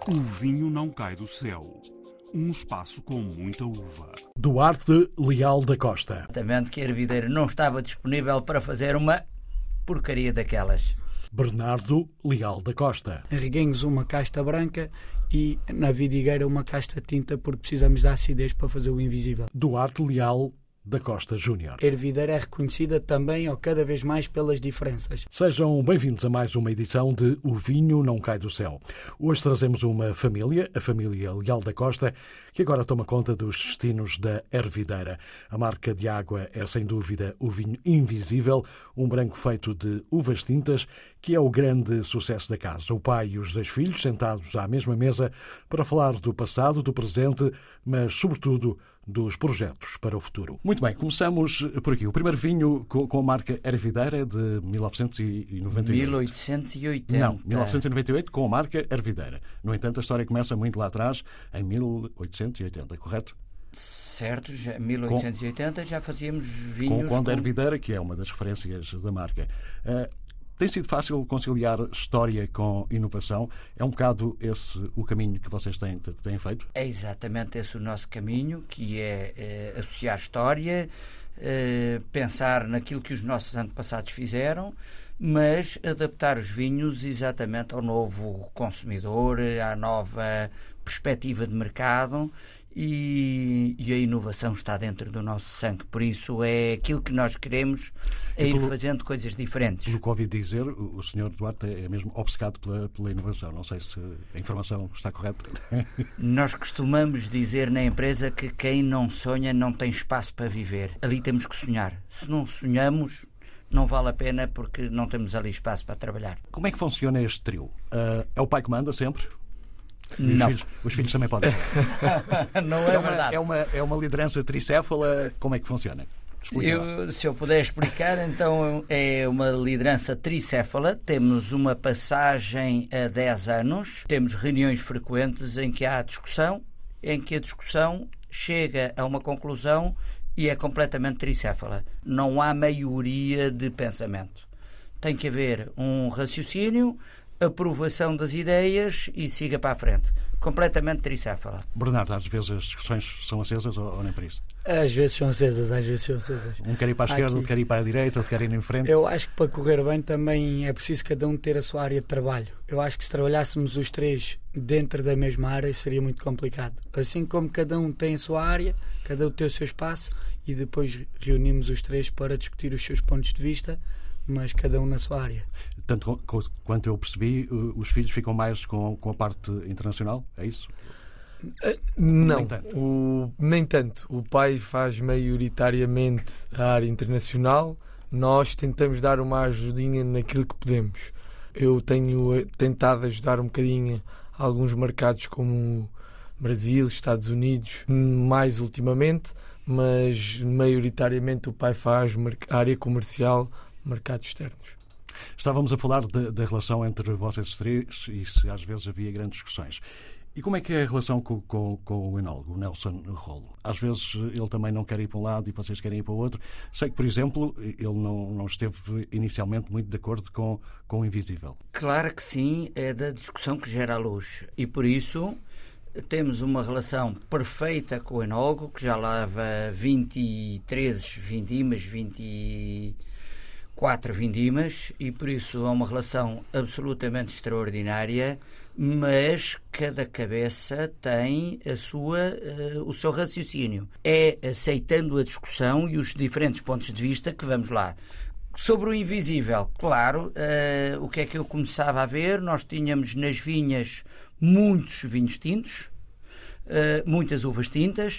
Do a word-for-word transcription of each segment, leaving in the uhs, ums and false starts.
O vinho não cai do céu. Um espaço com muita uva. Duarte Leal da Costa. Exatamente, que a ervideira não estava disponível para fazer uma porcaria daquelas. Bernardo Leal da Costa. Em Reguengos uma casta branca e na vidigueira uma casta tinta, porque precisamos da acidez para fazer o invisível. Duarte Leal da Costa Júnior. A ervideira é reconhecida também ou cada vez mais pelas diferenças. Sejam bem-vindos a mais uma edição de O Vinho Não Cai do Céu. Hoje trazemos uma família, a família Leal da Costa, que agora toma conta dos destinos da ervideira. A marca de água é, sem dúvida, o vinho invisível, um branco feito de uvas tintas, que é o grande sucesso da casa. O pai e os dois filhos sentados à mesma mesa para falar do passado, do presente, mas, sobretudo, dos projetos para o futuro. Muito bem, começamos por aqui. O primeiro vinho com a marca Ervideira é de mil novecentos e noventa e oito. mil oitocentos e oitenta. Não, mil novecentos e noventa e oito com a marca Ervideira. No entanto, a história começa muito lá atrás, em mil oitocentos e oitenta, correto? Certo, em mil oitocentos e oitenta com, já fazíamos vinhos... Com o Conde com... Ervideira, que é uma das referências da marca. Uh, Tem sido fácil conciliar história com inovação? É um bocado esse o caminho que vocês têm, têm feito? É exatamente esse o nosso caminho, que é, é associar história, é, pensar naquilo que os nossos antepassados fizeram, mas adaptar os vinhos exatamente ao novo consumidor, à nova perspectiva de mercado. E, e a inovação está dentro do nosso sangue, por isso é aquilo que nós queremos, é ir pelo, fazendo coisas diferentes. Pelo que ouvi dizer, o, o senhor Duarte é mesmo obcecado pela, pela inovação. Não sei se a informação está correta. Nós costumamos dizer na empresa que quem não sonha não tem espaço para viver. Ali temos que sonhar. Se não sonhamos, não vale a pena, porque não temos ali espaço para trabalhar. Como é que funciona este trio? Uh, é o pai que manda sempre? Não. Os filhos, os filhos também podem. Não é, é uma, verdade. É uma, é uma liderança tricéfala. Como é que funciona? Eu, se eu puder explicar, então é uma liderança tricéfala. Temos uma passagem a dez anos. Temos reuniões frequentes em que há discussão, em que a discussão chega a uma conclusão e é completamente tricéfala. Não há maioria de pensamento. Tem que haver um raciocínio, aprovação das ideias e siga para a frente. Completamente tricéfala. Bernardo, às vezes as discussões são acesas ou, ou nem por isso? Às vezes são acesas, às vezes são acesas. Um quer ir para a esquerda, outro quer ir para a direita, outro quer ir em frente. Eu acho que para correr bem também é preciso cada um ter a sua área de trabalho. Eu acho que se trabalhássemos os três dentro da mesma área seria muito complicado. Assim como cada um tem a sua área, cada um tem o seu espaço e depois reunimos os três para discutir os seus pontos de vista, mas cada um na sua área. Tanto quanto eu percebi, os filhos ficam mais com, com a parte internacional, é isso? Uh, não, nem tanto. O, nem tanto. O pai faz maioritariamente a área internacional, nós tentamos dar uma ajudinha naquilo que podemos. Eu tenho tentado ajudar um bocadinho a alguns mercados como Brasil, Estados Unidos, mais ultimamente, mas maioritariamente o pai faz a área comercial, mercados externos. Estávamos a falar de, da relação entre vocês três e se às vezes havia grandes discussões. E como é que é a relação com, com, com o enólogo, o Nelson Rolo? Às vezes ele também não quer ir para um lado e vocês querem ir para o outro. Sei que, por exemplo, ele não, não esteve inicialmente muito de acordo com, com o Invisível. Claro que sim, é da discussão que gera a luz. E por isso temos uma relação perfeita com o enólogo, que já leva vinte e três vindimas, vinte e quatro vindimas, e por isso é uma relação absolutamente extraordinária, mas cada cabeça tem a sua, uh, o seu raciocínio. É aceitando a discussão e os diferentes pontos de vista que vamos lá. Sobre o invisível, claro, uh, o que é que eu começava a ver? Nós tínhamos nas vinhas muitos vinhos tintos, uh, muitas uvas tintas,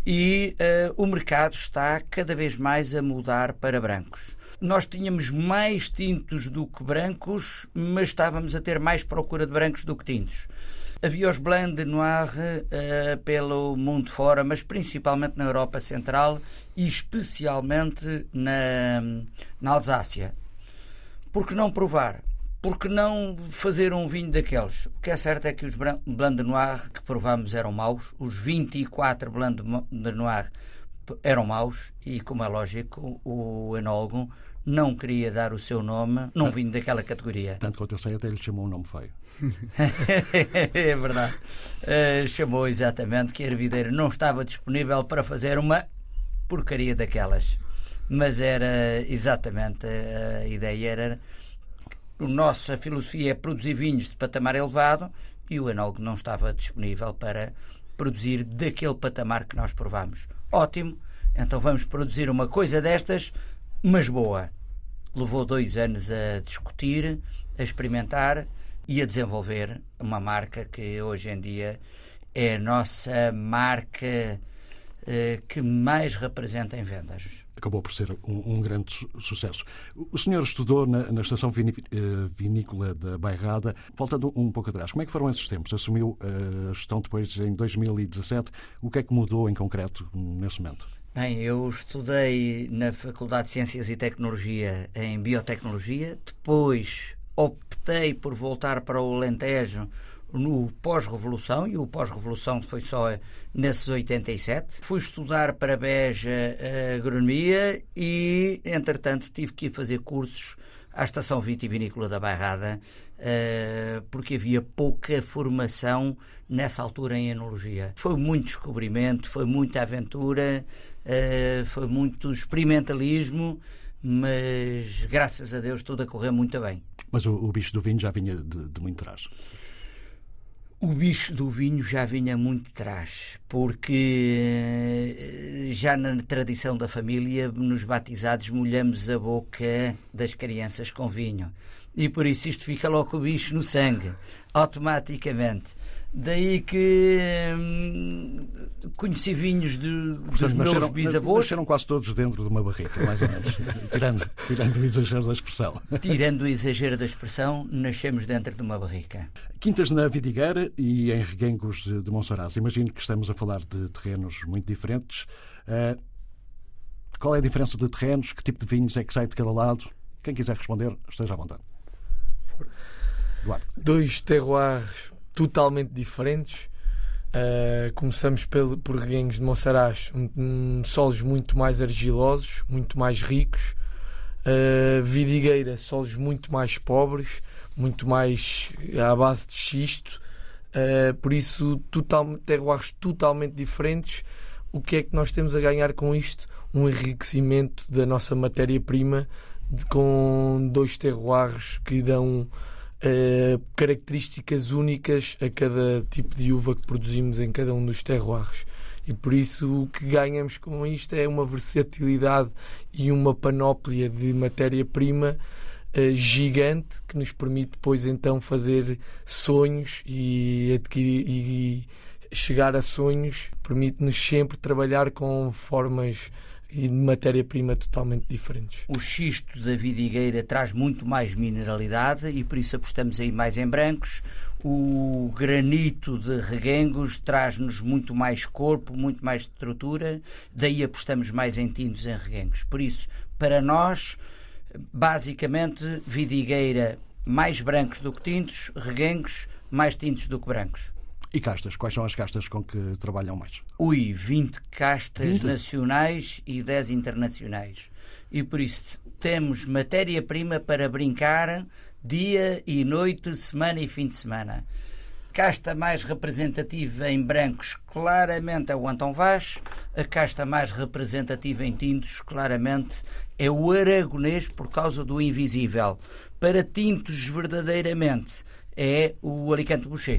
e uh, o mercado está cada vez mais a mudar para brancos. Nós tínhamos mais tintos do que brancos, mas estávamos a ter mais procura de brancos do que tintos. Havia os Blanc de Noir uh, pelo mundo fora, mas principalmente na Europa Central e especialmente na, na Alsácia. Por que não provar? Por que não fazer um vinho daqueles? O que é certo é que os Blanc de Noir que provámos eram maus. Os vinte e quatro Blanc de Noir eram maus e, como é lógico, o enólogo não queria dar o seu nome num vinho daquela categoria. Tanto quanto eu sei, até lhe chamou um nome feio. É verdade. Uh, chamou exatamente que a Ervideira não estava disponível para fazer uma porcaria daquelas. Mas era exatamente a, a ideia era a nossa filosofia é produzir vinhos de patamar elevado e o enólogo não estava disponível para produzir daquele patamar que nós provamos. Ótimo, então vamos produzir uma coisa destas, mas boa. Levou dois anos a discutir, a experimentar e a desenvolver uma marca que hoje em dia é a nossa marca eh, que mais representa em vendas. Acabou por ser um, um grande su- sucesso. O senhor estudou na, na Estação Vini, eh, Vinícola da Bairrada. Voltando um pouco atrás, como é que foram esses tempos? Assumiu a gestão depois em dois mil e dezassete. O que é que mudou em concreto nesse momento? Bem, eu estudei na Faculdade de Ciências e Tecnologia em Biotecnologia, depois optei por voltar para o Alentejo no pós-revolução, e o pós-revolução foi só nesses oitenta e sete. Fui estudar para Beja a agronomia e, entretanto, tive que ir fazer cursos à Estação Vitivinícola da Bairrada, porque havia pouca formação nessa altura em enologia. Foi muito descobrimento, foi muita aventura, foi muito experimentalismo, mas graças a Deus tudo a correr muito bem. Mas o, o bicho do vinho já vinha de, de muito trás. O bicho do vinho já vinha muito atrás, porque já na tradição da família, nos batizados, molhamos a boca das crianças com vinho. E por isso isto fica logo com o bicho no sangue, automaticamente. Daí que hum, conheci vinhos de, dos Portanto, meus nasceram, bisavós. Nasceram quase todos dentro de uma barrica, mais ou menos. tirando, tirando o exagero da expressão. Tirando o exagero da expressão, nascemos dentro de uma barrica. Quintas na Vidigueira e em Reguengos de, de Monsaraz. Imagino que estamos a falar de terrenos muito diferentes. Uh, qual é a diferença de terrenos? Que tipo de vinhos é que sai de cada lado? Quem quiser responder, esteja à vontade. Duarte. Dois terroirs totalmente diferentes. Uh, começamos pelo, por Reguengos de Monsaraz, um, um, solos muito mais argilosos, muito mais ricos. Uh, Vidigueira, solos muito mais pobres, muito mais à base de xisto. Uh, por isso, total, terroirs totalmente diferentes. O que é que nós temos a ganhar com isto? Um enriquecimento da nossa matéria-prima de, com dois terroirs que dão Uh, características únicas a cada tipo de uva que produzimos em cada um dos terroirs. E por isso o que ganhamos com isto é uma versatilidade e uma panóplia de matéria-prima uh, gigante que nos permite depois então fazer sonhos e adquirir e chegar a sonhos, permite-nos sempre trabalhar com formas e de matéria-prima totalmente diferentes. O xisto da Vidigueira traz muito mais mineralidade e por isso apostamos aí mais em brancos. O granito de Reguengos traz-nos muito mais corpo, muito mais estrutura, daí apostamos mais em tintos em Reguengos. Por isso, para nós, basicamente, Vidigueira mais brancos do que tintos, Reguengos mais tintos do que brancos. E castas? Quais são as castas com que trabalham mais? Ui, vinte castas vinte? Nacionais e dez internacionais. E por isso temos matéria-prima para brincar dia e noite, semana e fim de semana. Casta mais representativa em brancos, claramente, é o Antão Vaz. A casta mais representativa em tintos, claramente, é o Aragonês, por causa do invisível. Para tintos, verdadeiramente, é o Alicante Boucher.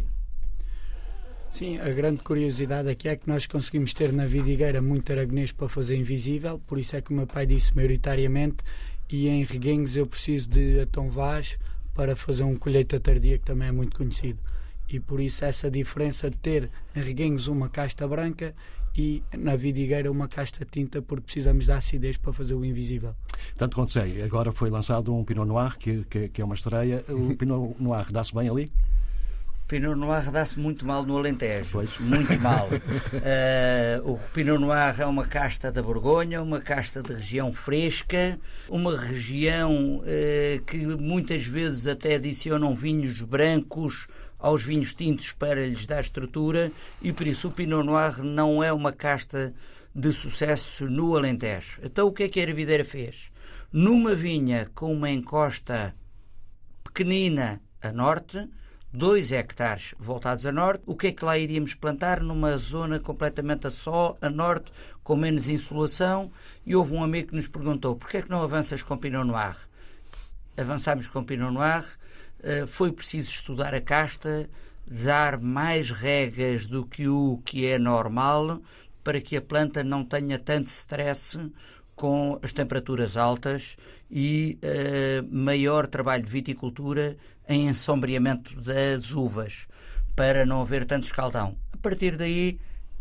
Sim, a grande curiosidade aqui é que nós conseguimos ter na Vidigueira muito aragonês para fazer invisível, por isso é que o meu pai disse maioritariamente, e em Reguengos eu preciso de Antão Vaz para fazer um colheita tardia, que também é muito conhecido. E por isso essa diferença de ter em Reguengos uma casta branca e na Vidigueira uma casta tinta, porque precisamos da acidez para fazer o invisível. Tanto quanto sei, agora foi lançado um Pinot Noir, que, que, que é uma estreia. O Pinot Noir dá-se bem ali? Pinot Noir dá-se muito mal no Alentejo, pois. Muito mal. uh, o Pinot Noir é uma casta da Borgonha, uma casta de região fresca, uma região uh, que muitas vezes até adicionam vinhos brancos aos vinhos tintos para lhes dar estrutura, e por isso o Pinot Noir não é uma casta de sucesso no Alentejo. Então o que é que a Ervideira fez? Numa vinha com uma encosta pequenina a norte, dois hectares voltados a norte, o que é que lá iríamos plantar? Numa zona completamente a sol, a norte, com menos insolação, e houve um amigo que nos perguntou: porquê é que não avanças com Pinot Noir? Avançámos com Pinot Noir, foi preciso estudar a casta, dar mais regas do que o que é normal, para que a planta não tenha tanto stress com as temperaturas altas e uh, maior trabalho de viticultura em ensombreamento das uvas, para não haver tanto escaldão. A partir daí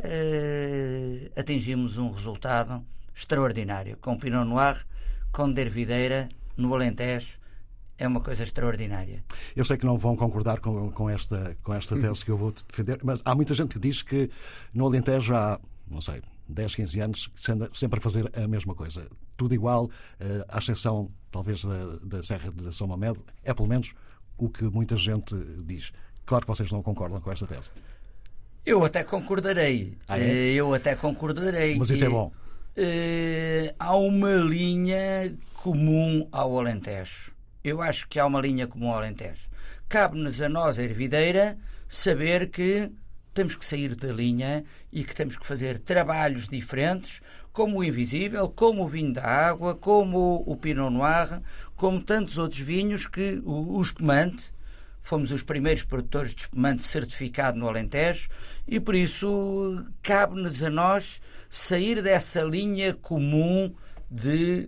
uh, atingimos um resultado extraordinário. Com Pinot Noir, com Dervideira, no Alentejo, é uma coisa extraordinária. Eu sei que não vão concordar com, com, esta, com esta tese que eu vou defender, mas há muita gente que diz que no Alentejo há, não sei, dez, quinze anos, sempre a fazer a mesma coisa. Tudo igual, à exceção, talvez, da, da Serra de São Mamede. É, pelo menos, o que muita gente diz. Claro que vocês não concordam com esta tese. Eu até concordarei. Ah, é? Eu até concordarei. Mas isso e, é bom. Uh, há uma linha comum ao Alentejo. Eu acho que há uma linha comum ao Alentejo. Cabe-nos a nós, a Ervideira, saber que temos que sair da linha e que temos que fazer trabalhos diferentes, como o Invisível, como o vinho da água, como o Pinot Noir, como tantos outros vinhos que o, o espumante, fomos os primeiros produtores de espumante certificado no Alentejo, e por isso cabe-nos a nós sair dessa linha comum de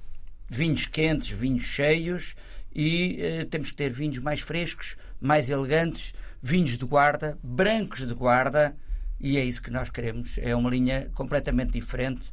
vinhos quentes, vinhos cheios, e eh, temos que ter vinhos mais frescos, mais elegantes, vinhos de guarda, brancos de guarda, e é isso que nós queremos. É uma linha completamente diferente,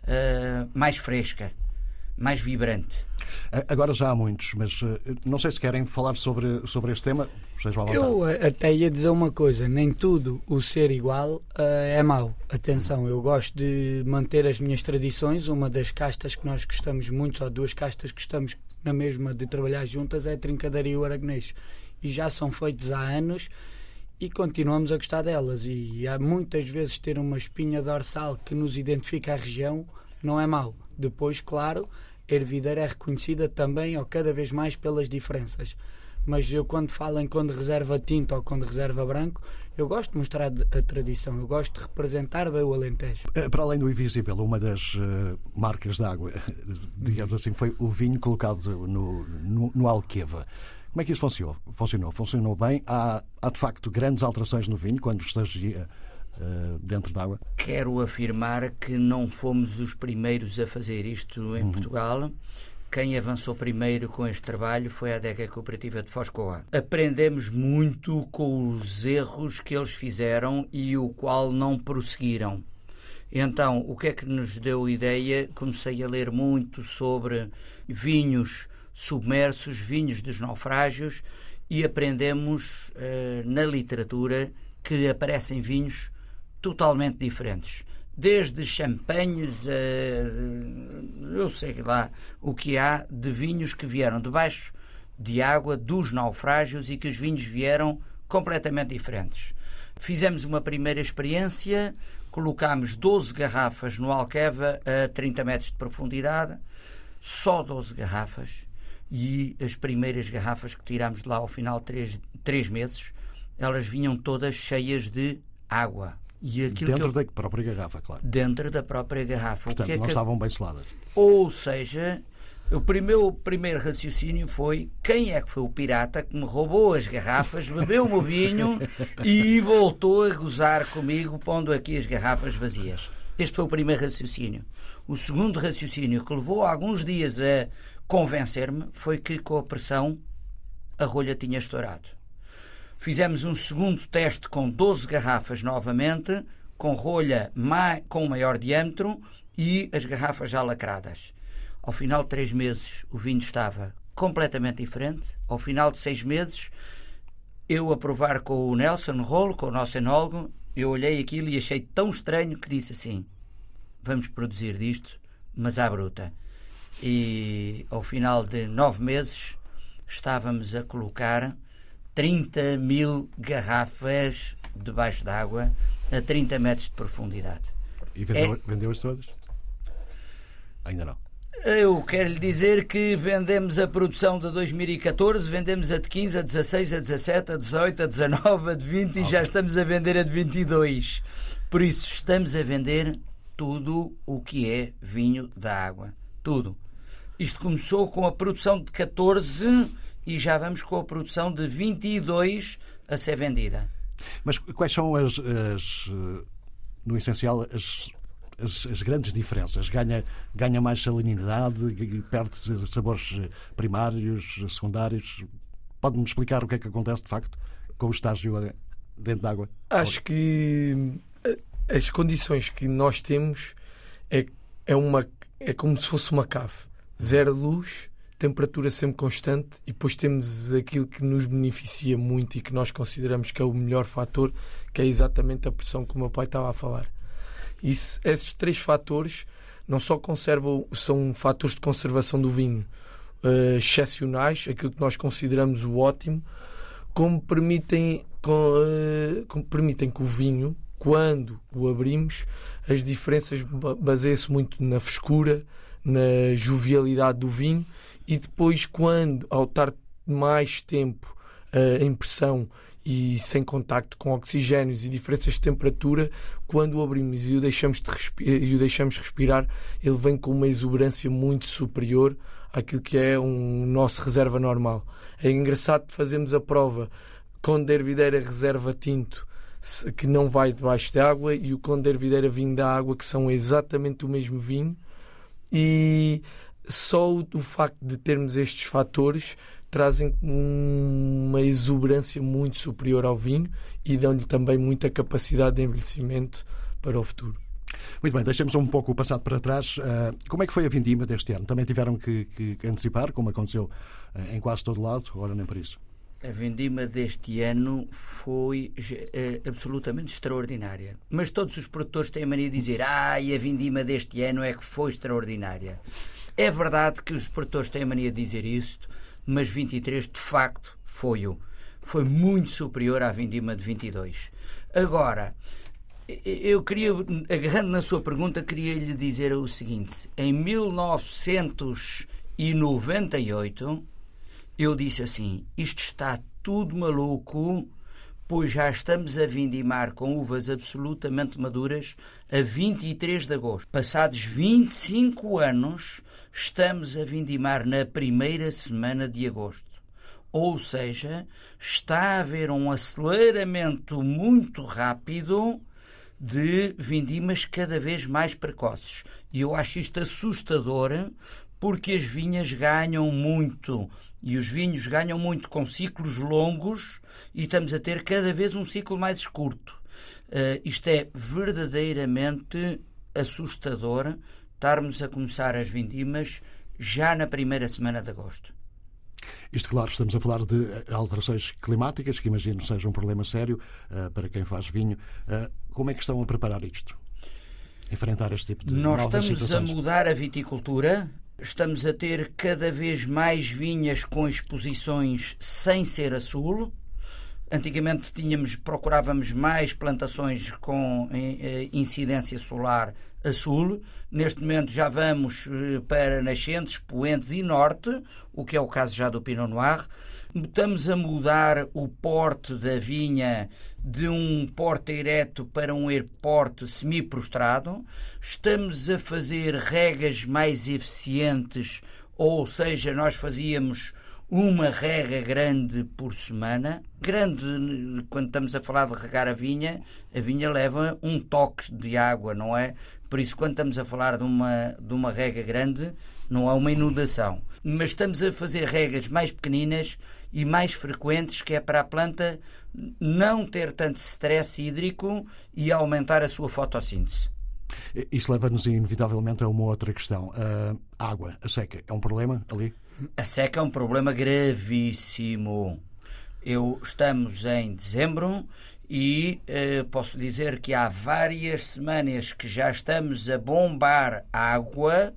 uh, mais fresca, mais vibrante. Agora já há muitos, mas uh, não sei se querem falar sobre, sobre este tema. Eu até ia dizer uma coisa: nem tudo o ser igual uh, é mau. Atenção, eu gosto de manter as minhas tradições. Uma das castas que nós gostamos muito, ou duas castas que gostamos na mesma de trabalhar juntas, é a Trincadeira e o Aragonês. E já são feitos há anos e continuamos a gostar delas, e há muitas vezes ter uma espinha dorsal que nos identifica a região não é mau. Depois, claro, a Ervideira é reconhecida também, ou cada vez mais, pelas diferenças. Mas eu, quando falo em quando reserva tinto ou quando reserva branco, eu gosto de mostrar a tradição, eu gosto de representar bem o Alentejo. Para além do Invisível, uma das uh, marcas de água, digamos assim, foi o vinho colocado no, no, no Alqueva. Como é que isso funcionou? Funcionou, funcionou bem? Há, há de facto grandes alterações no vinho quando estagia uh, dentro d'água? Quero afirmar que não fomos os primeiros a fazer isto em uhum. Portugal. Quem avançou primeiro com este trabalho foi a Adega Cooperativa de Foscoa. Aprendemos muito com os erros que eles fizeram e o qual não prosseguiram. Então, o que é que nos deu ideia? Comecei a ler muito sobre vinhos submersos, vinhos dos naufrágios, e aprendemos uh, na literatura que aparecem vinhos totalmente diferentes. Desde champanhes, uh, eu sei lá o que há de vinhos que vieram debaixo de água dos naufrágios e que os vinhos vieram completamente diferentes. Fizemos uma primeira experiência, colocámos doze garrafas no Alqueva a trinta metros de profundidade, só doze garrafas, e as primeiras garrafas que tirámos de lá ao final de três meses, elas vinham todas cheias de água. E aquilo dentro que eu... da própria garrafa, claro. Dentro da própria garrafa. Portanto, o que é não que... estavam bem seladas. Ou seja, o primeiro, o primeiro raciocínio foi: quem é que foi o pirata que me roubou as garrafas, bebeu o meu vinho e voltou a gozar comigo, pondo aqui as garrafas vazias? Este foi o primeiro raciocínio. O segundo raciocínio, que levou alguns dias a convencer-me, foi que com a pressão a rolha tinha estourado. Fizemos um segundo teste com doze garrafas novamente, com rolha ma- com maior diâmetro e as garrafas já lacradas. Ao final de três meses o vinho estava completamente diferente. Ao final de seis meses, eu a provar com o Nelson Rolo, com o nosso enólogo, eu olhei aquilo e achei tão estranho que disse assim: vamos produzir disto, mas à bruta. E ao final de nove meses estávamos a colocar trinta mil garrafas debaixo d'água a trinta metros de profundidade. E vendeu, é... vendeu-as todas? Ainda não. Eu quero lhe dizer que vendemos a produção de dois mil e catorze, vendemos a de quinze, a dezasseis, a dezassete, a dezoito, a dezanove, a de vinte okay. e já estamos a vender a de vinte e dois. Por isso, estamos a vender tudo o que é vinho da água. Tudo. Isto começou com a produção de catorze e já vamos com a produção de vinte e dois a ser vendida. Mas quais são as, as no essencial, as As, as grandes diferenças? Ganha, ganha mais salinidade, perde sabores primários, secundários? Pode-me explicar o que é que acontece, de facto, com o estágio dentro da água? Acho que as condições que nós temos é, é, uma, é como se fosse uma cave. Zero luz, temperatura sempre constante, e depois temos aquilo que nos beneficia muito e que nós consideramos que é o melhor fator, que é exatamente a pressão que o meu pai estava a falar. Isso, esses três fatores não só conservam, são fatores de conservação do vinho uh, excepcionais, aquilo que nós consideramos o ótimo, como permitem, com, uh, como permitem que o vinho, quando o abrimos, as diferenças baseiam-se muito na frescura, na jovialidade do vinho, e depois, quando, ao estar mais tempo uh, em pressão e sem contacto com oxigénios e diferenças de temperatura, quando o abrimos e o deixamos, de respirar, e o deixamos respirar, ele vem com uma exuberância muito superior àquilo que é um nosso reserva normal. É engraçado que fazemos a prova Conde Hervideira Reserva Tinto, que não vai debaixo de água, e o Conde Hervideira Vinho da Água, que são exatamente o mesmo vinho, e só o, o facto de termos estes fatores trazem uma exuberância muito superior ao vinho e dão-lhe também muita capacidade de envelhecimento para o futuro. Muito bem, deixemos um pouco o passado para trás. Uh, como é que foi a vindima deste ano? Também tiveram que, que, que antecipar, como aconteceu uh, em quase todo lado, ora nem por isso? A vindima deste ano foi uh, absolutamente extraordinária. Mas todos os produtores têm a mania de dizer ah, e a vindima deste ano é que foi extraordinária. É verdade que os produtores têm a mania de dizer isto, mas vinte e três de facto foi-o. Foi muito superior à vindima de vinte e dois. Agora, eu queria, agarrando na sua pergunta, queria lhe dizer o seguinte: em mil novecentos e noventa e oito eu disse assim, isto está tudo maluco, pois já estamos a vindimar com uvas absolutamente maduras a vinte e três de agosto. Passados vinte e cinco anos, estamos a vindimar na primeira semana de agosto. Ou seja, está a haver um aceleramento muito rápido de vindimas cada vez mais precoces. E eu acho isto assustador, porque as vinhas ganham muito e os vinhos ganham muito com ciclos longos e estamos a ter cada vez um ciclo mais curto. Uh, isto é verdadeiramente assustador, estarmos a começar as vindimas já na primeira semana de agosto. Isto, claro, estamos a falar de alterações climáticas, que imagino seja um problema sério uh, para quem faz vinho. Uh, como é que estão a preparar isto? Enfrentar este tipo de Nós novas estamos situações? A mudar a viticultura, estamos a ter cada vez mais vinhas com exposições sem ser a sul. Antigamente tínhamos, procurávamos mais plantações com eh, incidência solar a sul. Neste momento já vamos eh, para nascentes, poentes e norte, o que é o caso já do Pinot Noir. Estamos a mudar o porte da vinha de um porte ereto para um porte semi-prostrado. Estamos a fazer regas mais eficientes, ou seja, nós fazíamos uma rega grande por semana. Grande, quando estamos a falar de regar a vinha, a vinha leva um toque de água, não é? Por isso, quando estamos a falar de uma, de uma rega grande, não há uma inundação. Mas estamos a fazer regas mais pequeninas e mais frequentes, que é para a planta não ter tanto stress hídrico e aumentar a sua fotossíntese. Isso leva-nos inevitavelmente a uma outra questão. A água, a seca, é um problema ali? A seca é um problema gravíssimo. Eu, estamos em dezembro e eh, posso dizer que há várias semanas que já estamos a bombar água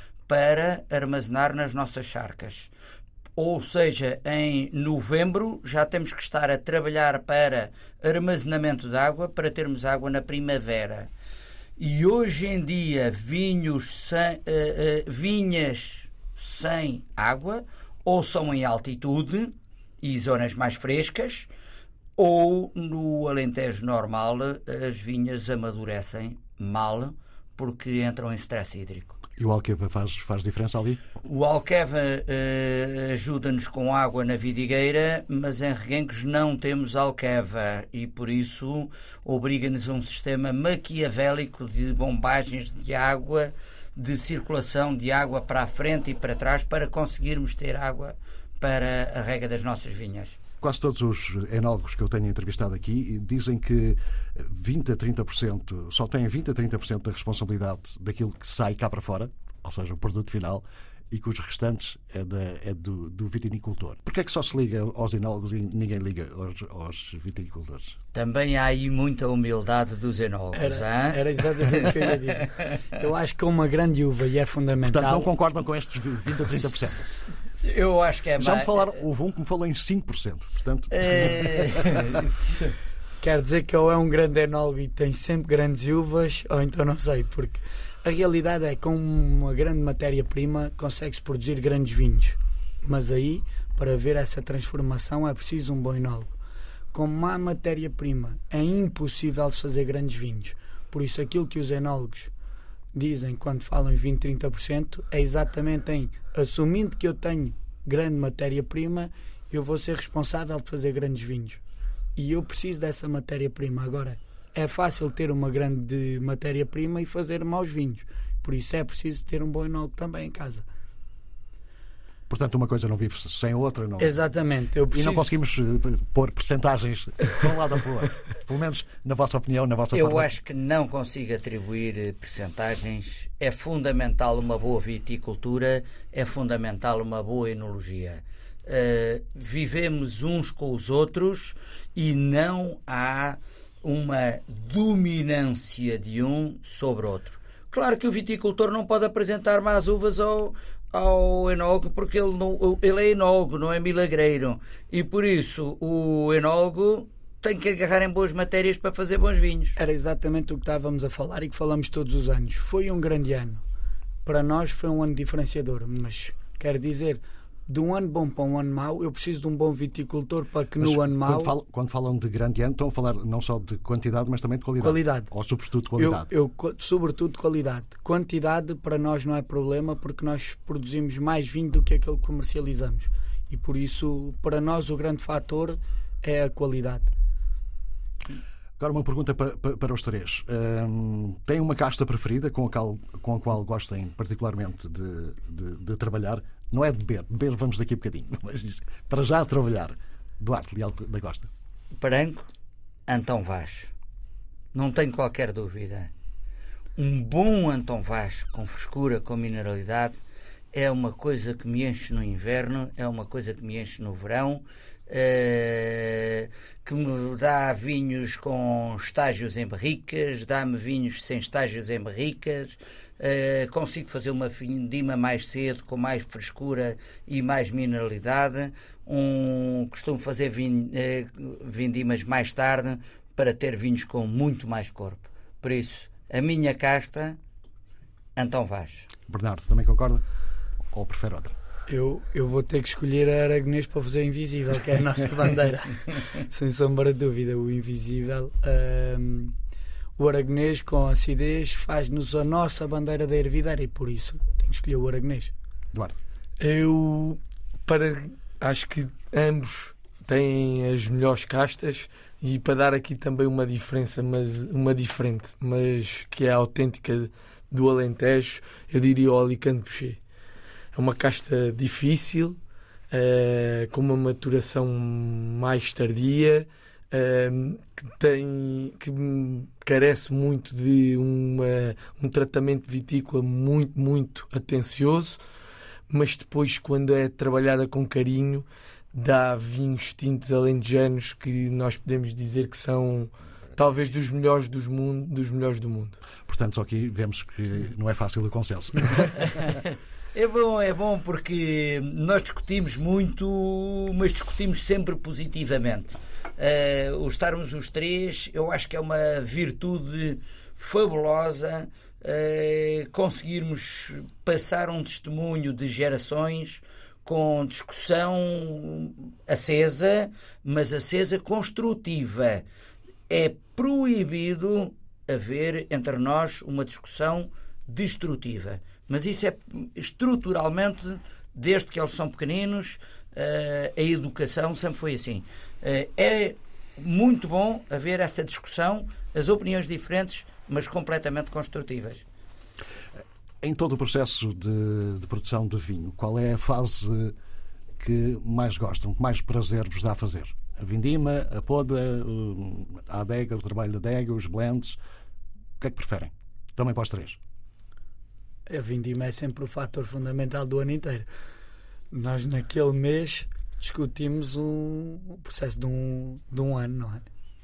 para armazenar nas nossas charcas. Ou seja, em novembro já temos que estar a trabalhar para armazenamento de água para termos água na primavera. E hoje em dia, vinhos sem, uh, uh, vinhas sem água, ou são em altitude e zonas mais frescas, ou no Alentejo normal as vinhas amadurecem mal porque entram em stress hídrico. E o Alqueva faz, faz diferença ali? O Alqueva uh, ajuda-nos com água na vidigueira, mas em Reguengos não temos Alqueva e por isso obriga-nos a um sistema maquiavélico de bombagens de água, de circulação de água para a frente e para trás para conseguirmos ter água para a rega das nossas vinhas. Quase todos os enólogos que eu tenho entrevistado aqui dizem que vinte a trinta por cento, só têm vinte a trinta por cento da responsabilidade daquilo que sai cá para fora, ou seja, o produto final, e que os restantes é, da, é do, do vitinicultor. Porquê é que só se liga aos enólogos e ninguém liga aos, aos vitinicultores? Também há aí muita humildade dos enólogos. Era, era exatamente o que eu ia dizer. Eu acho que é uma grande uva e é fundamental. Portanto, não concordam com estes vinte a trinta por cento? Eu acho que é mais... Já me falaram, houve um que me falou em cinco por cento. Portanto... É... Quer dizer que ou é um grande enólogo e tem sempre grandes uvas, ou então não sei, porque a realidade é que com uma grande matéria-prima consegue-se produzir grandes vinhos. Mas aí, para ver essa transformação, é preciso um bom enólogo. Com má matéria-prima, é impossível fazer grandes vinhos. Por isso, aquilo que os enólogos dizem quando falam em vinte, trinta por cento é exatamente em, assumindo que eu tenho grande matéria-prima, eu vou ser responsável de fazer grandes vinhos. E eu preciso dessa matéria-prima. Agora, é fácil ter uma grande matéria-prima e fazer maus vinhos. Por isso é preciso ter um bom enólogo também em casa. Portanto, uma coisa não vive sem outra. Não... Exatamente. Eu preciso... E não conseguimos pôr percentagens de um lado ou para o outro. Pelo menos na vossa opinião, na vossa Eu forma. acho que não consigo atribuir percentagens. É fundamental uma boa viticultura, é fundamental uma boa enologia. Uh, vivemos uns com os outros e não há uma dominância de um sobre outro. Claro que o viticultor não pode apresentar más uvas ao, ao enólogo porque ele, não, ele é enólogo, não é milagreiro. E por isso o enólogo tem que agarrar em boas matérias para fazer bons vinhos. Era exatamente o que estávamos a falar e que falamos todos os anos. Foi um grande ano. Para nós foi um ano diferenciador, mas quero dizer... De um ano bom para um ano mau, eu preciso de um bom viticultor para que mas no ano mau... Quando falam, quando falam de grande ano, estão a falar não só de quantidade, mas também de qualidade. Qualidade. Ou sobretudo de qualidade. Eu, eu, sobretudo de qualidade. Quantidade para nós não é problema porque nós produzimos mais vinho do que aquele que comercializamos. E por isso, para nós, o grande fator é a qualidade. Agora uma pergunta para, para, para os três. Um, tem uma casta preferida com a qual, com a qual gostem particularmente de, de, de trabalhar? Não é de beber, beber vamos daqui a bocadinho, mas para já trabalhar. Duarte Leal da Costa. Branco, Antão Vaz. Não tenho qualquer dúvida. Um bom Antão Vaz com frescura, com mineralidade, é uma coisa que me enche no inverno, é uma coisa que me enche no verão, é, que me dá vinhos com estágios em barricas, dá-me vinhos sem estágios em barricas. Uh, consigo fazer uma vindima mais cedo, com mais frescura e mais mineralidade. Um, costumo fazer vin, uh, vindimas mais tarde para ter vinhos com muito mais corpo. Por isso, a minha casta, Antão Vaz. Bernardo, também concorda? Ou prefere outra? Eu, eu vou ter que escolher a Aragonês para fazer o Invisível, que é a nossa bandeira. Sem sombra de dúvida, o Invisível... Um... O Aragonês, com acidez, faz-nos a nossa bandeira da ervideira e por isso tenho que escolher o Aragonês. Eduardo. Eu para, acho que ambos têm as melhores castas e para dar aqui também uma diferença, mas uma diferente, mas que é autêntica do Alentejo, eu diria o Alicante Boucher. É uma casta difícil, uh, com uma maturação mais tardia, Uh, que tem que carece muito de uma, um tratamento vitícola muito, muito atencioso, mas depois, quando é trabalhada com carinho, dá vinhos tintos alentejanos que nós podemos dizer que são talvez dos melhores, dos mundo, dos melhores do mundo. Portanto, só aqui vemos que não é fácil o consenso. É bom, é bom porque nós discutimos muito, mas discutimos sempre positivamente. Uh, o estarmos os três, eu acho que é uma virtude fabulosa, uh, conseguirmos passar um testemunho de gerações com discussão acesa, mas acesa construtiva. É proibido haver entre nós uma discussão destrutiva. Mas isso é estruturalmente, desde que eles são pequeninos, a educação sempre foi assim. É muito bom haver essa discussão, as opiniões diferentes, mas completamente construtivas. Em todo o processo de, de produção de vinho, qual é a fase que mais gostam, que mais prazer vos dá a fazer? A vindima, a poda, a adega, o trabalho da adega, os blends? O que é que preferem? Também para os três. A vindima é sempre o fator fundamental do ano inteiro. Nós, naquele mês, discutimos um, o processo de um, de um ano, não é?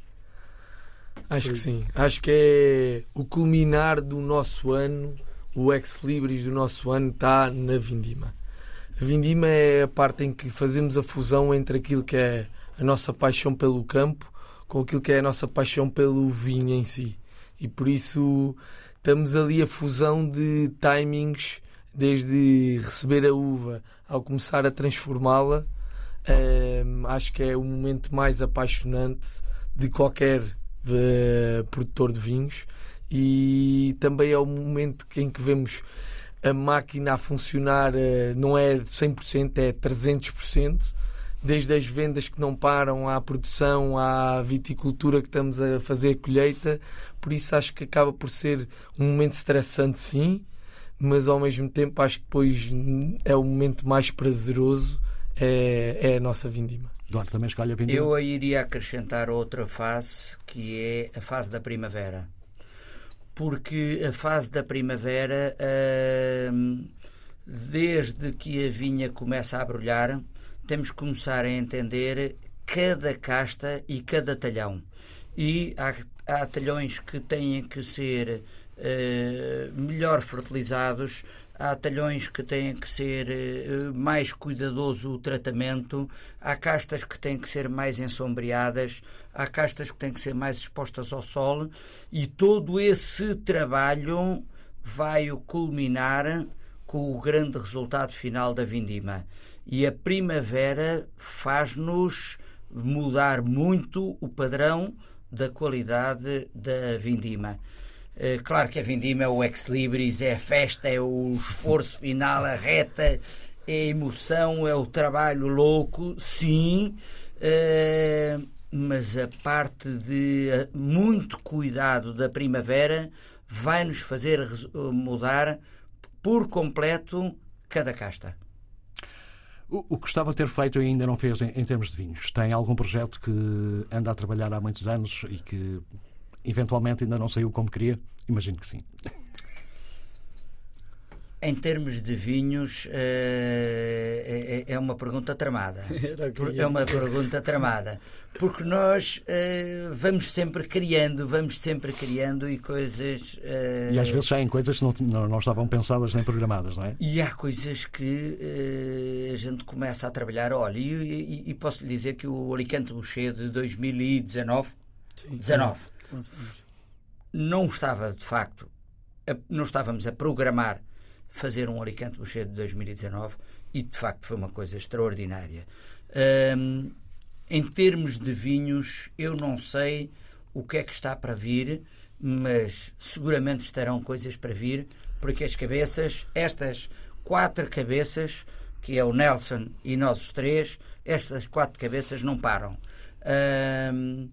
Acho que sim. Acho que é o culminar do nosso ano, o ex-libris do nosso ano está na vindima. A vindima é a parte em que fazemos a fusão entre aquilo que é a nossa paixão pelo campo com aquilo que é a nossa paixão pelo vinho em si. E por isso estamos ali a fusão de timings, desde receber a uva ao começar a transformá-la. Um, acho que é o momento mais apaixonante de qualquer uh, produtor de vinhos, e também é o momento em que vemos a máquina a funcionar, uh, não é cem por cento, é trezentos por cento, desde as vendas que não param, à produção, à viticultura que estamos a fazer a colheita. Por isso acho que acaba por ser um momento estressante, sim, mas ao mesmo tempo acho que depois é o momento mais prazeroso, é, é a nossa vindima. Eduardo, também escolhe a vindima? Eu iria acrescentar outra fase, que é a fase da primavera. Porque a fase da primavera, desde que a vinha começa a abrolhar, temos que começar a entender cada casta e cada talhão. E há, há talhões que têm que ser uh, melhor fertilizados, há talhões que têm que ser uh, mais cuidadoso o tratamento, há castas que têm que ser mais ensombreadas, há castas que têm que ser mais expostas ao sol, e todo esse trabalho vai culminar com o grande resultado final da vindima. E a primavera faz-nos mudar muito o padrão da qualidade da vindima. É claro que a vindima é o ex-libris, é a festa, é o esforço final, a reta, é a emoção, é o trabalho louco, sim, é, mas a parte de muito cuidado da primavera vai-nos fazer mudar por completo cada casta. O, o que gostava de ter feito e ainda não fez em, em termos de vinhos? Tem algum projeto que anda a trabalhar há muitos anos e que eventualmente ainda não saiu como queria? Imagino que sim. Em termos de vinhos, é, é uma pergunta tramada. É uma pergunta tramada. Porque nós uh, vamos sempre criando, vamos sempre criando e coisas... Uh, e às vezes saem coisas que não, não, não estavam pensadas nem programadas, não é? E há coisas que uh, a gente começa a trabalhar. Olha, e, e, e posso lhe dizer que o Alicante Bouschet de dois mil e dezanove, Sim, dezanove, não estava, de facto, a, não estávamos a programar fazer um Alicante Bouschet de dois mil e dezanove, e de facto foi uma coisa extraordinária. Um, em termos de vinhos, eu não sei o que é que está para vir, mas seguramente estarão coisas para vir, porque as cabeças, estas quatro cabeças, que é o Nelson e nós os três, estas quatro cabeças não param. Um,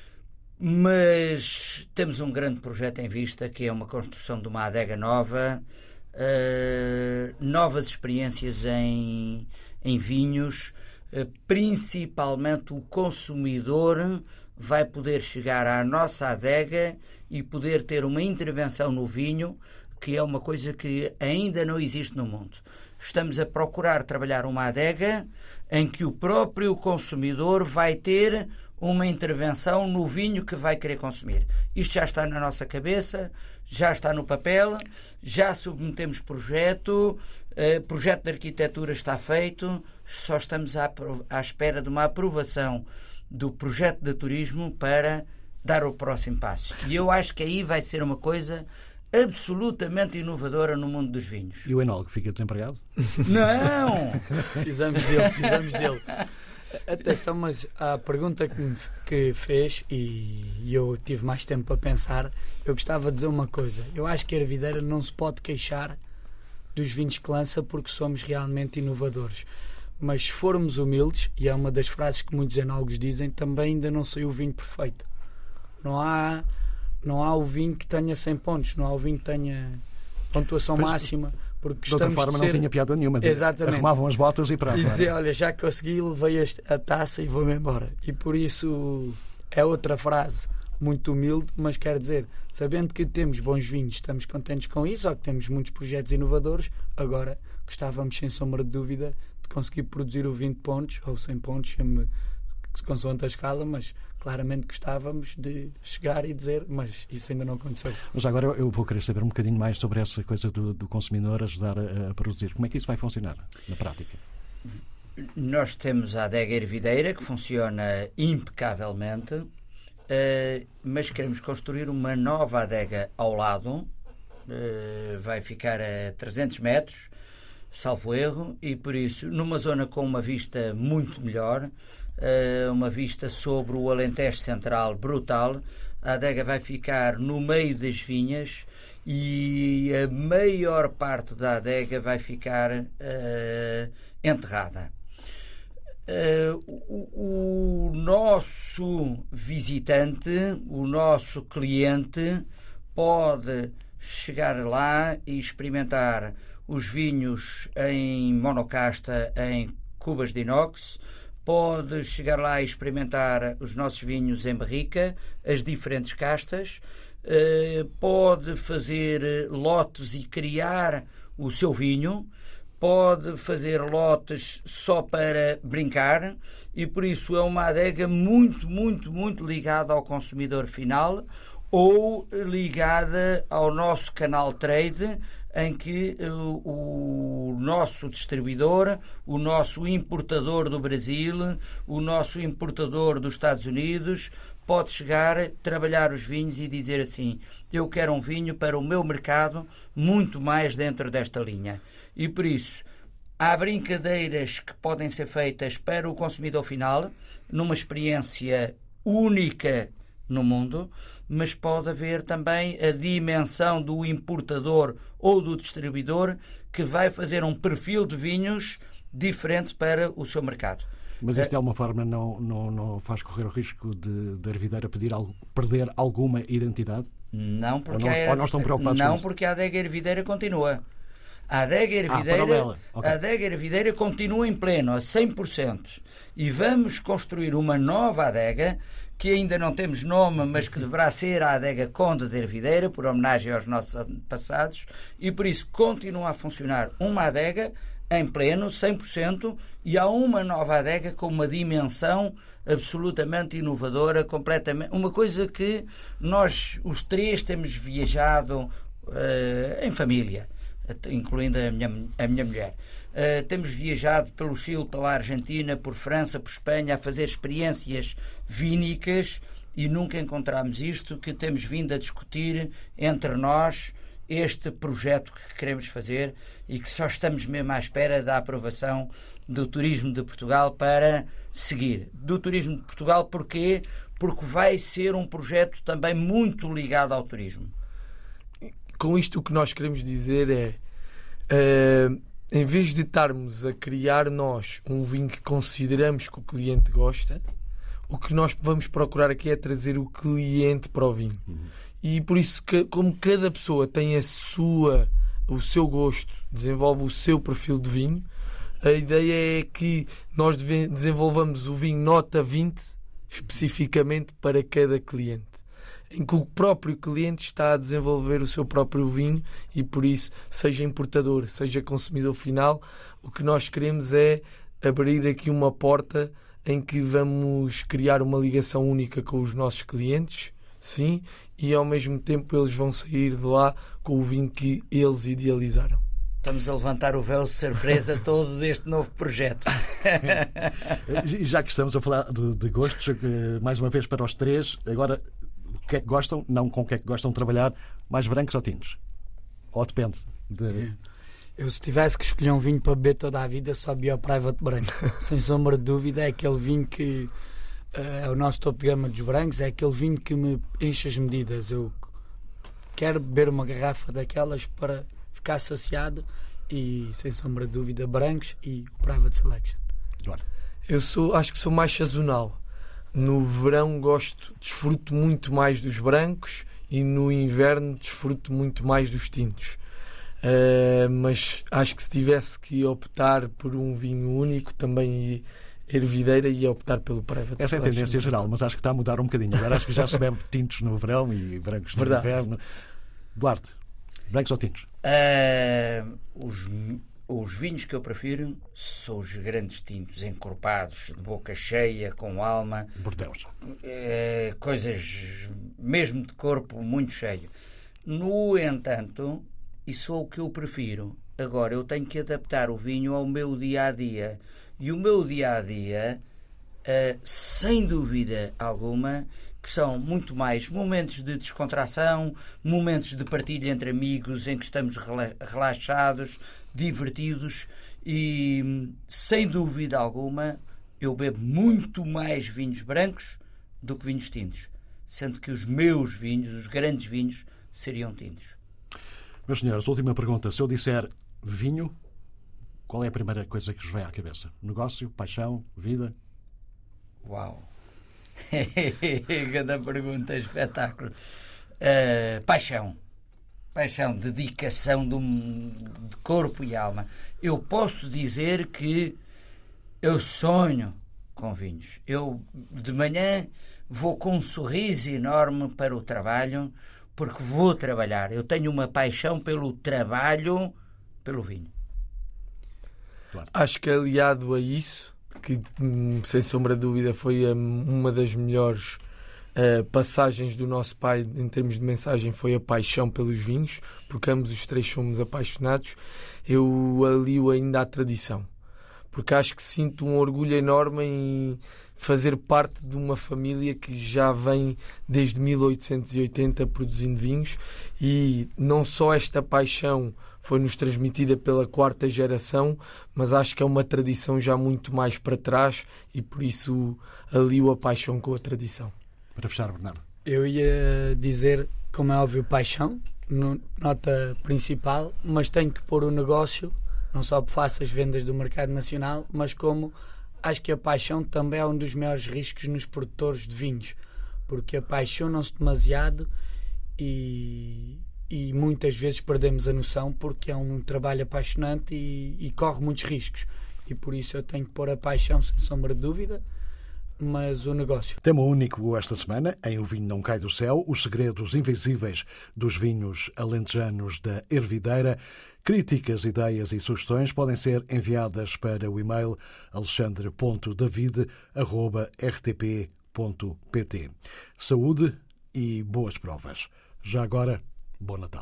mas temos um grande projeto em vista, que é uma construção de uma adega nova, Uh, novas experiências em, em vinhos, uh, principalmente o consumidor vai poder chegar à nossa adega e poder ter uma intervenção no vinho, que é uma coisa que ainda não existe no mundo. Estamos a procurar trabalhar uma adega em que o próprio consumidor vai ter uma intervenção no vinho que vai querer consumir. Isto já está na nossa cabeça, já está no papel, já submetemos projeto, uh, projeto de arquitetura está feito, só estamos à, à espera de uma aprovação do projeto de turismo para dar o próximo passo. E eu acho que aí vai ser uma coisa absolutamente inovadora no mundo dos vinhos. E o enólogo fica desempregado? Não! Precisamos dele, precisamos dele. Atenção, mas a pergunta que, me, que fez, e eu tive mais tempo para pensar, eu gostava de dizer uma coisa. Eu acho que a Ervideira não se pode queixar dos vinhos que lança porque somos realmente inovadores. Mas se formos humildes, e é uma das frases que muitos enólogos dizem, também ainda não saiu o vinho perfeito. Não há, não há o vinho que tenha cem pontos, não há o vinho que tenha pontuação pois, máxima. Porque de outra forma ser... não tinha piada nenhuma. Exatamente. Arrumavam as botas e pronto. E dizer, olha, já consegui, levei a taça e vou-me embora. E por isso é outra frase muito humilde, mas quer dizer, sabendo que temos bons vinhos, estamos contentes com isso, ou que temos muitos projetos inovadores, agora gostávamos, sem sombra de dúvida, de conseguir produzir o vinte pontos, ou cem pontos, consoante a escala, mas claramente gostávamos de chegar e dizer, mas isso ainda não aconteceu. Mas agora eu vou querer saber um bocadinho mais sobre essa coisa do, do consumidor ajudar a, a produzir. Como é que isso vai funcionar na prática? Nós temos a adega Ervideira, que funciona impecavelmente, uh, mas queremos construir uma nova adega ao lado, uh, vai ficar a trezentos metros, salvo erro, e por isso, numa zona com uma vista muito melhor, Uh, uma vista sobre o Alentejo Central brutal. A adega vai ficar no meio das vinhas e a maior parte da adega vai ficar uh, enterrada. Uh, o, o nosso visitante, o nosso cliente, pode chegar lá e experimentar os vinhos em monocasta, em cubas de inox. Pode chegar lá e experimentar os nossos vinhos em barrica, as diferentes castas, uh, pode fazer lotes e criar o seu vinho, pode fazer lotes só para brincar, e por isso é uma adega muito, muito, muito ligada ao consumidor final ou ligada ao nosso canal trade, em que o, o nosso distribuidor, o nosso importador do Brasil, o nosso importador dos Estados Unidos pode chegar, trabalhar os vinhos e dizer assim: eu quero um vinho para o meu mercado muito mais dentro desta linha. E por isso há brincadeiras que podem ser feitas para o consumidor final, numa experiência única no mundo, mas pode haver também a dimensão do importador ou do distribuidor que vai fazer um perfil de vinhos diferente para o seu mercado. Mas isso de alguma forma não, não, não faz correr o risco de, de Ervideira pedir algo, perder alguma identidade? Não, porque, ou não, a, ou não estão preocupados não com isso? Porque a adega Ervideira continua. A adega Ervideira, ah, okay. a adega Ervideira continua em pleno, a cem por cento. E vamos construir uma nova adega que ainda não temos nome, mas que deverá ser a adega Conde de Ervideira, por homenagem aos nossos antepassados, e por isso continua a funcionar uma adega em pleno, cem por cento, e há uma nova adega com uma dimensão absolutamente inovadora, completamente, uma coisa que nós, os três, temos viajado uh, em família, incluindo a minha, a minha mulher. Uh, temos viajado pelo Chile, pela Argentina, por França, por Espanha, a fazer experiências vínicas, e nunca encontramos isto que temos vindo a discutir entre nós, este projeto que queremos fazer, e que só estamos mesmo à espera da aprovação do Turismo de Portugal para seguir. Do Turismo de Portugal porquê? Porque vai ser um projeto também muito ligado ao turismo. Com isto o que nós queremos dizer é uh, em vez de estarmos a criar nós um vinho que consideramos que o cliente gosta, o que nós vamos procurar aqui é trazer o cliente para o vinho. Uhum. E por isso, que, como cada pessoa tem a sua, o seu gosto, desenvolve o seu perfil de vinho, a ideia é que nós deve, desenvolvamos o vinho nota vinte especificamente para cada cliente, em que o próprio cliente está a desenvolver o seu próprio vinho, e por isso, seja importador, seja consumidor final, o que nós queremos é abrir aqui uma porta em que vamos criar uma ligação única com os nossos clientes, sim, e ao mesmo tempo eles vão sair de lá com o vinho que eles idealizaram. Estamos a levantar o véu de surpresa todo deste novo projeto. Já que estamos a falar de, de gostos, mais uma vez para os três, agora que é que gostam, não com o que é que gostam de trabalhar, mais brancos ou tintos? Ou depende de... Eu, se tivesse que escolher um vinho para beber toda a vida, só bebia o Private branco. Sem sombra de dúvida, é aquele vinho que uh, é o nosso topo de gama dos brancos, é aquele vinho que me enche as medidas. Eu quero beber uma garrafa daquelas para ficar saciado e, sem sombra de dúvida, brancos e o Private Selection. Eduardo. Eu sou, acho que sou mais sazonal. No verão gosto, desfruto muito mais dos brancos e no inverno desfruto muito mais dos tintos. Uh, mas acho que se tivesse que optar por um vinho único, também Ervideira, ia optar pelo Private. Essa é a tendência geral, mas acho que está a mudar um bocadinho. Agora acho que já se bebe tintos no verão e brancos no Verdade. inverno. Duarte, brancos ou tintos? Uh, os, os vinhos que eu prefiro são os grandes tintos, encorpados, de boca cheia, com alma. Bordeus. Uh, coisas mesmo de corpo muito cheio. No entanto, isso é o que eu prefiro. Agora, eu tenho que adaptar o vinho ao meu dia-a-dia. E o meu dia-a-dia, uh, sem dúvida alguma, que são muito mais momentos de descontração, momentos de partilha entre amigos em que estamos relaxados, divertidos e, sem dúvida alguma, eu bebo muito mais vinhos brancos do que vinhos tintos. Sendo que os meus vinhos, os grandes vinhos, seriam tintos. Meus senhores, última pergunta. Se eu disser vinho, qual é a primeira coisa que vos vem à cabeça? Negócio, paixão, vida? Uau! Cada pergunta, espetáculo. Uh, paixão. Paixão, dedicação de, um, de corpo e alma. Eu posso dizer que eu sonho com vinhos. Eu, de manhã, vou com um sorriso enorme para o trabalho, porque vou trabalhar. Eu tenho uma paixão pelo trabalho, pelo vinho. Claro. Acho que aliado a isso, que sem sombra de dúvida foi uma das melhores uh, passagens do nosso pai em termos de mensagem, foi a paixão pelos vinhos, porque ambos os três somos apaixonados. Eu alio ainda à tradição, porque acho que sinto um orgulho enorme em fazer parte de uma família que já vem desde mil oitocentos e oitenta produzindo vinhos, e não só esta paixão foi-nos transmitida pela quarta geração, mas acho que é uma tradição já muito mais para trás e por isso alio a paixão com a tradição. Para fechar, Bernardo. Eu ia dizer, como é óbvio, paixão, nota principal, mas tenho que pôr o negócio, não só porque faço as vendas do mercado nacional, mas como acho que a paixão também é um dos maiores riscos nos produtores de vinhos, porque apaixonam-se demasiado e, e muitas vezes perdemos a noção, porque é um trabalho apaixonante e, e corre muitos riscos. E por isso eu tenho que pôr a paixão, sem sombra de dúvida, mas o negócio. Tema único esta semana, em O Vinho Não Cai do Céu, os segredos invisíveis dos vinhos alentejanos da Ervideira. Críticas, ideias e sugestões podem ser enviadas para o e-mail alexandre ponto david arroba r t p ponto p t. Saúde e boas provas. Já agora, bom Natal.